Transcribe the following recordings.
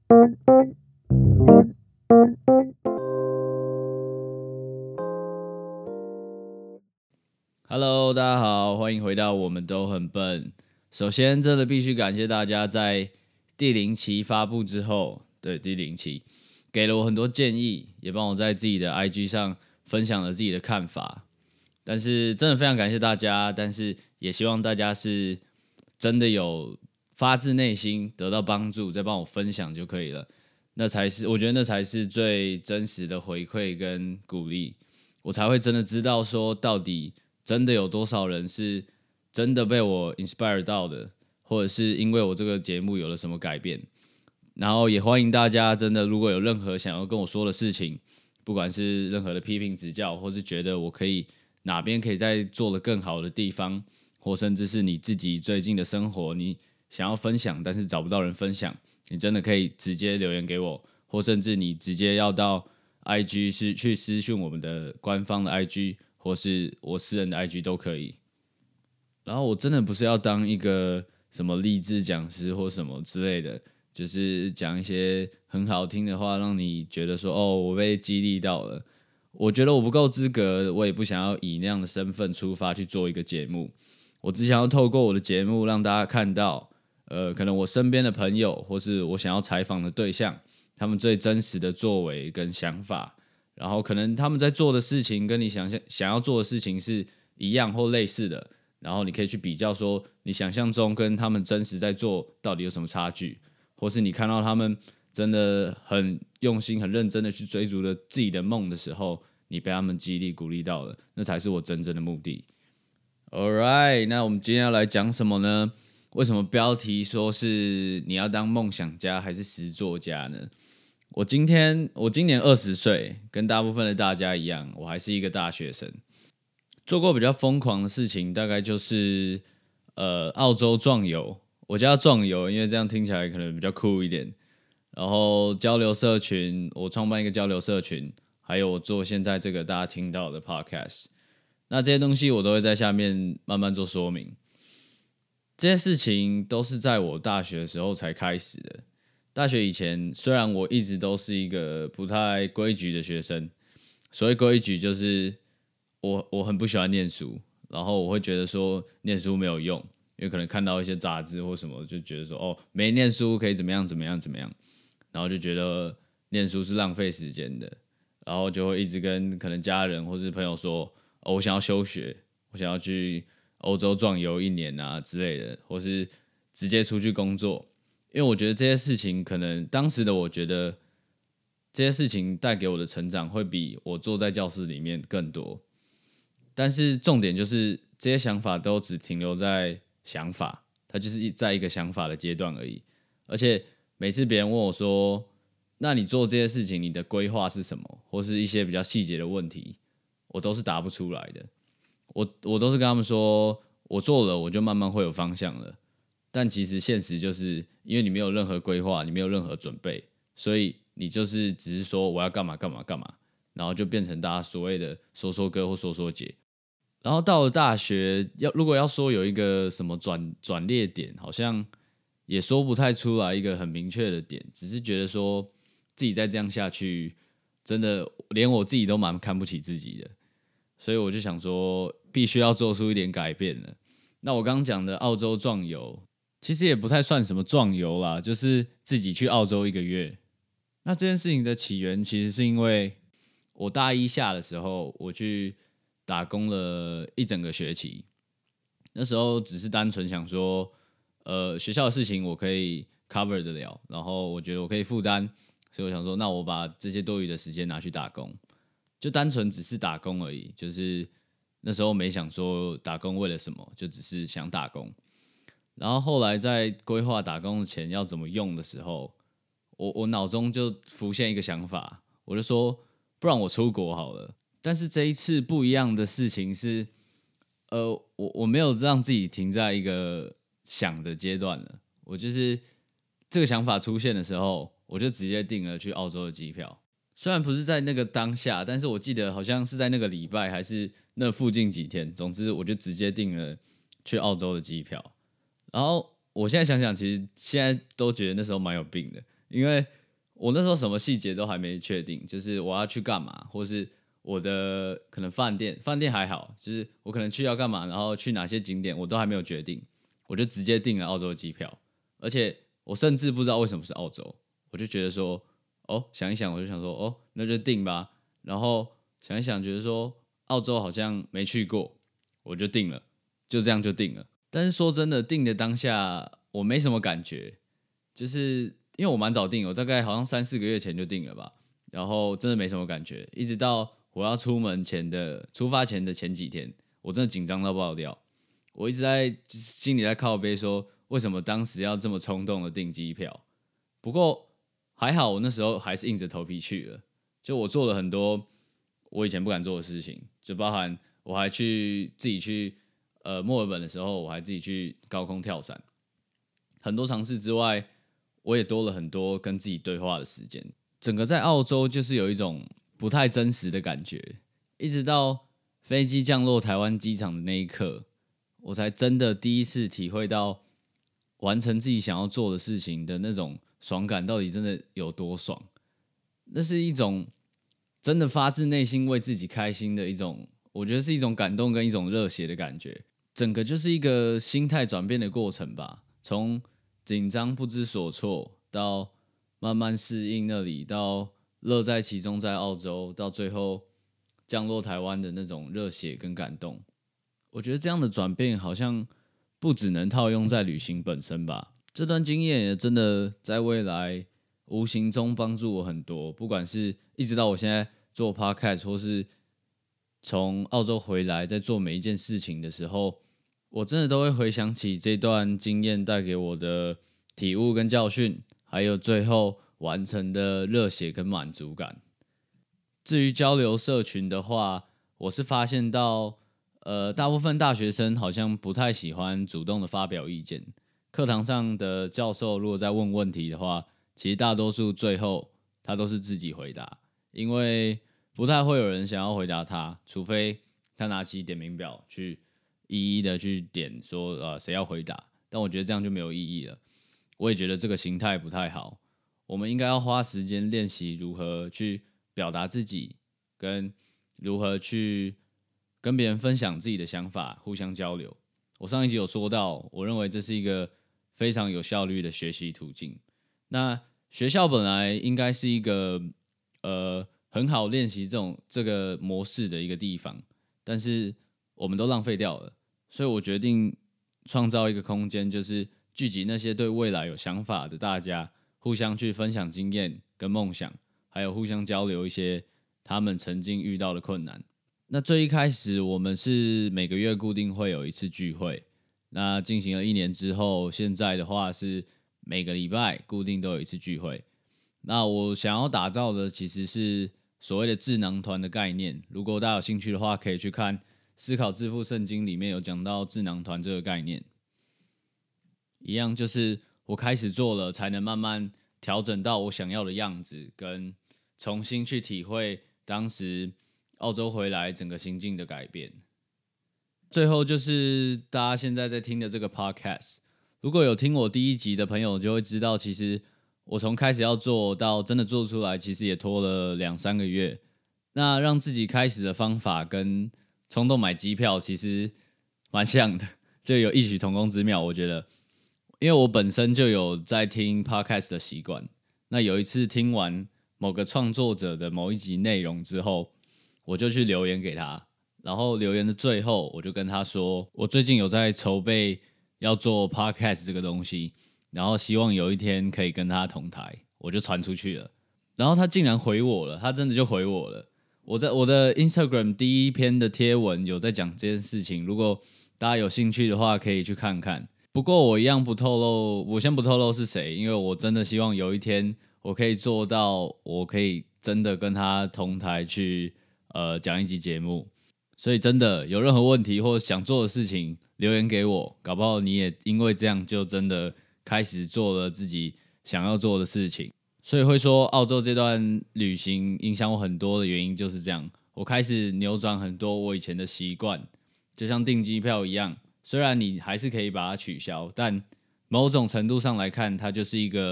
Hello，大家好，欢迎回到我们都很笨。首先，真的必须感谢大家在第0期发布之后，对第0期给了我很多建议，也帮我在自己的 IG 上分享了自己的看法。但是真的非常感谢大家，但是也希望大家是真的有发自内心得到帮助，再帮我分享就可以了。我觉得那才是最真实的回馈跟鼓励，我才会真的知道说到底真的有多少人是真的被我 inspire 到的，或者是因为我这个节目有了什么改变。然后也欢迎大家真的如果有任何想要跟我说的事情，不管是任何的批评指教，或是觉得我可以哪边可以再做得更好的地方，或甚至是你自己最近的生活你想要分享但是找不到人分享，你真的可以直接留言给我，或甚至你直接要到 IG 是去私讯我们的官方的 IG， 或是我私人的 IG 都可以。然后我真的不是要当一个什么励志讲师或什么之类的，就是讲一些很好听的话，让你觉得说哦，我被激励到了。我觉得我不够资格，我也不想要以那样的身份出发去做一个节目。我只想要透过我的节目让大家看到，可能我身边的朋友或是我想要采访的对象，他们最真实的作为跟想法，然后可能他们在做的事情跟你想要做的事情是一样或类似的，然后你可以去比较说你想象中跟他们真实在做到底有什么差距，或是你看到他们真的很用心很认真的去追逐着自己的梦的时候，你被他们激励鼓励到了，那才是我真正的目的。 Alright， 那我们今天要来讲什么呢？为什么标题说是你要当梦想家还是实作家呢？我今年20岁，跟大部分的大家一样，我还是一个大学生。做过比较疯狂的事情，大概就是澳洲壮游。我叫壮游，因为这样听起来可能比较酷一点。然后交流社群，我创办一个交流社群，还有我做现在这个大家听到的 podcast。那这些东西我都会在下面慢慢做说明。这些事情都是在我大学的时候才开始的。大学以前，虽然我一直都是一个不太规矩的学生，所谓规矩就是我很不喜欢念书，然后我会觉得说念书没有用，因为可能看到一些杂志或什么，就觉得说哦，没念书可以怎么样怎么样怎么样，然后就觉得念书是浪费时间的，然后就会一直跟可能家人或是朋友说，哦，我想要休学，我想要去欧洲壮游1年啊之类的，或是直接出去工作。因为我觉得这些事情，可能当时的我觉得这些事情带给我的成长会比我坐在教室里面更多。但是重点就是这些想法都只停留在想法，它就是在一个想法的阶段而已。而且每次别人问我说，那你做这些事情你的规划是什么，或是一些比较细节的问题，我都是答不出来的。我都是跟他们说，我做了我就慢慢会有方向了。但其实现实就是因为你没有任何规划，你没有任何准备，所以你就是只是说我要干嘛干嘛干嘛，然后就变成大家所谓的说说歌或说说姐。然后到了大学，如果要说有一个什么转捩点，好像也说不太出来一个很明确的点，只是觉得说自己再这样下去，真的连我自己都蛮看不起自己的，所以我就想说，必须要做出一点改变了。那我刚刚讲的澳洲壮游，其实也不太算什么壮游啦，就是自己去澳洲1个月。那这件事情的起源，其实是因为我大一下的时候，我去打工了一整个学期。那时候只是单纯想说，学校的事情我可以 cover 得了，然后我觉得我可以负担，所以我想说，那我把这些多余的时间拿去打工，就单纯只是打工而已。就是那时候没想说打工为了什么，就只是想打工。然后后来在规划打工的钱要怎么用的时候，我脑中就浮现一个想法，我就说，不然我出国好了。但是这一次不一样的事情是，我没有让自己停在一个想的阶段了，我就是这个想法出现的时候，我就直接订了去澳洲的机票。虽然不是在那个当下，但是我记得好像是在那个礼拜还是那附近几天，总之我就直接订了去澳洲的机票。然后我现在想想，其实现在都觉得那时候蛮有病的， 因为我那时候什么细节都还没确定，就是我要去干嘛，或是我的可能饭店还好，就是我可能去要干嘛，然后去哪些景点我都还没有决定，我就直接订了澳洲的机票，而且我甚至不知道为什么是澳洲，我就觉得说，想一想我就想说，那就订吧，然后想一想觉得说澳洲好像没去过，我就订了，就这样就订了。但是说真的，订的当下我没什么感觉，就是因为我蛮早订，我大概好像3-4个月前就订了吧，然后真的没什么感觉，一直到我要出发前的前几天，我真的紧张到爆掉，我一直在心里在靠背说，为什么当时要这么冲动的订机票？不过还好，我那时候还是硬着头皮去了，就我做了很多我以前不敢做的事情，就包含我还自己去墨尔本的时候，我还自己去高空跳伞，很多尝试之外，我也多了很多跟自己对话的时间。整个在澳洲就是有一种不太真实的感觉，一直到飞机降落台湾机场的那一刻，我才真的第一次体会到完成自己想要做的事情的那种爽感到底真的有多爽。那是一种真的发自内心为自己开心的一种，我觉得是一种感动跟一种热血的感觉。整个就是一个心态转变的过程吧，从紧张不知所措到慢慢适应那里，到乐在其中在澳洲，到最后降落台湾的那种热血跟感动。我觉得这样的转变好像不只能套用在旅行本身吧，这段经验也真的在未来无形中帮助我很多，不管是一直到我现在做 podcast， 或是从澳洲回来在做每一件事情的时候，我真的都会回想起这段经验带给我的体悟跟教训，还有最后完成的热血跟满足感。至于交流社群的话，我是发现到，大部分大学生好像不太喜欢主动的发表意见。课堂上的教授如果在问问题的话，其实大多数最后他都是自己回答，因为不太会有人想要回答他，除非他拿起点名表去一一的去点说，谁要回答。但我觉得这样就没有意义了。我也觉得这个形态不太好。我们应该要花时间练习如何去表达自己，跟如何去跟别人分享自己的想法，互相交流。我上一集有说到，我认为这是一个非常有效率的学习途径。那学校本来应该是一个很好练习这个模式的一个地方，但是我们都浪费掉了，所以我决定创造一个空间，就是聚集那些对未来有想法的大家，互相去分享经验跟梦想，还有互相交流一些他们曾经遇到的困难。那最一开始我们是每个月固定会有一次聚会，那进行了1年之后，现在的话是每个礼拜固定都有一次聚会。那我想要打造的其实是所谓的智囊团的概念，如果大家有兴趣的话，可以去看《思考致富圣经》里面有讲到智囊团这个概念。一样就是我开始做了，才能慢慢调整到我想要的样子，跟重新去体会当时澳洲回来整个心境的改变。最后就是大家现在在听的这个 podcast， 如果有听我第1集的朋友就会知道，其实我从开始要做到真的做出来，其实也拖了2-3个月。那让自己开始的方法跟冲动买机票其实蛮像的，就有异曲同工之妙。我觉得，因为我本身就有在听 podcast 的习惯，那有一次听完某个创作者的某一集内容之后，我就去留言给他，然后留言的最后我就跟他说，我最近有在筹备要做 podcast 这个东西，然后希望有一天可以跟他同台，我就传出去了。然后他竟然回我了，他真的就回我了。我在我的 Instagram 第1篇的贴文有在讲这件事情，如果大家有兴趣的话，可以去看看。不过我一样不透露，我先不透露是谁，因为我真的希望有一天我可以做到，我可以真的跟他同台去讲一集节目。所以真的有任何问题或想做的事情，留言给我，搞不好你也因为这样就真的开始做了自己想要做的事情。所以会说澳洲这段旅行影响我很多的原因就是这样，我开始扭转很多我以前的习惯，就像订机票一样，虽然你还是可以把它取消，但某种程度上来看，它就是一个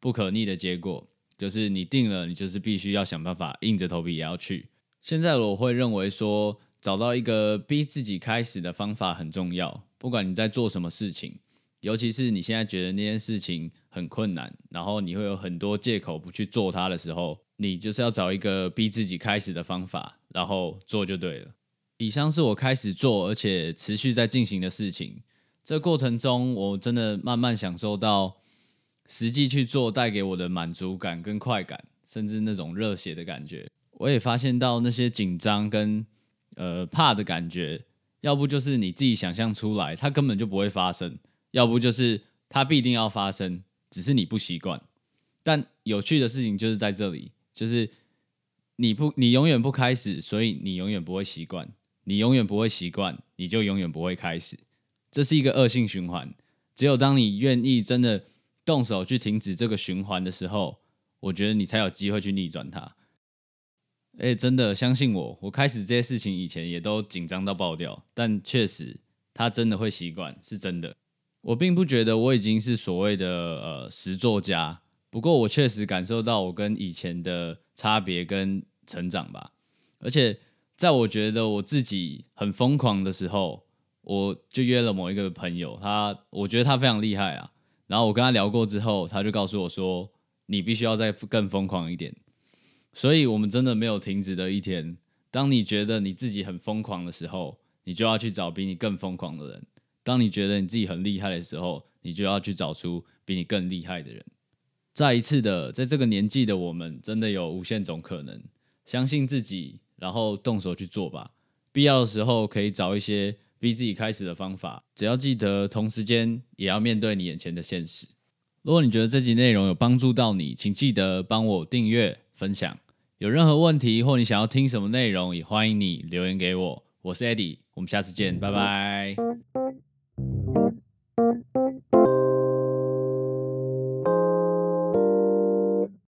不可逆的结果，就是你定了，你就是必须要想办法硬着头皮也要去。现在我会认为说，找到一个逼自己开始的方法很重要，不管你在做什么事情，尤其是你现在觉得那件事情很困难，然后你会有很多借口不去做它的时候，你就是要找一个逼自己开始的方法，然后做就对了。以上是我开始做而且持续在进行的事情，这过程中我真的慢慢享受到实际去做带给我的满足感跟快感，甚至那种热血的感觉。我也发现到那些紧张跟怕的感觉，要不就是你自己想象出来，它根本就不会发生；要不就是它必定要发生，只是你不习惯。但有趣的事情就是在这里，就是你永远不开始，所以你永远不会习惯；你永远不会习惯，你就永远不会开始。这是一个恶性循环。只有当你愿意真的动手去停止这个循环的时候，我觉得你才有机会去逆转它。真的相信我，我开始这些事情以前也都紧张到爆掉，但确实他真的会习惯，是真的。我并不觉得我已经是所谓的实作家，不过我确实感受到我跟以前的差别跟成长吧。而且在我觉得我自己很疯狂的时候，我就约了某一个朋友，我觉得他非常厉害啊。然后我跟他聊过之后，他就告诉我说，你必须要再更疯狂一点。所以我们真的没有停止的一天。当你觉得你自己很疯狂的时候，你就要去找比你更疯狂的人；当你觉得你自己很厉害的时候，你就要去找出比你更厉害的人。再一次的，在这个年纪的我们，真的有无限种可能。相信自己，然后动手去做吧。必要的时候，可以找一些逼自己开始的方法。只要记得，同时间也要面对你眼前的现实。如果你觉得这集内容有帮助到你，请记得帮我订阅、分享。有任何问题或你想要听什么内容，也欢迎你留言给我。我是 Eddie，我们下次见，拜拜。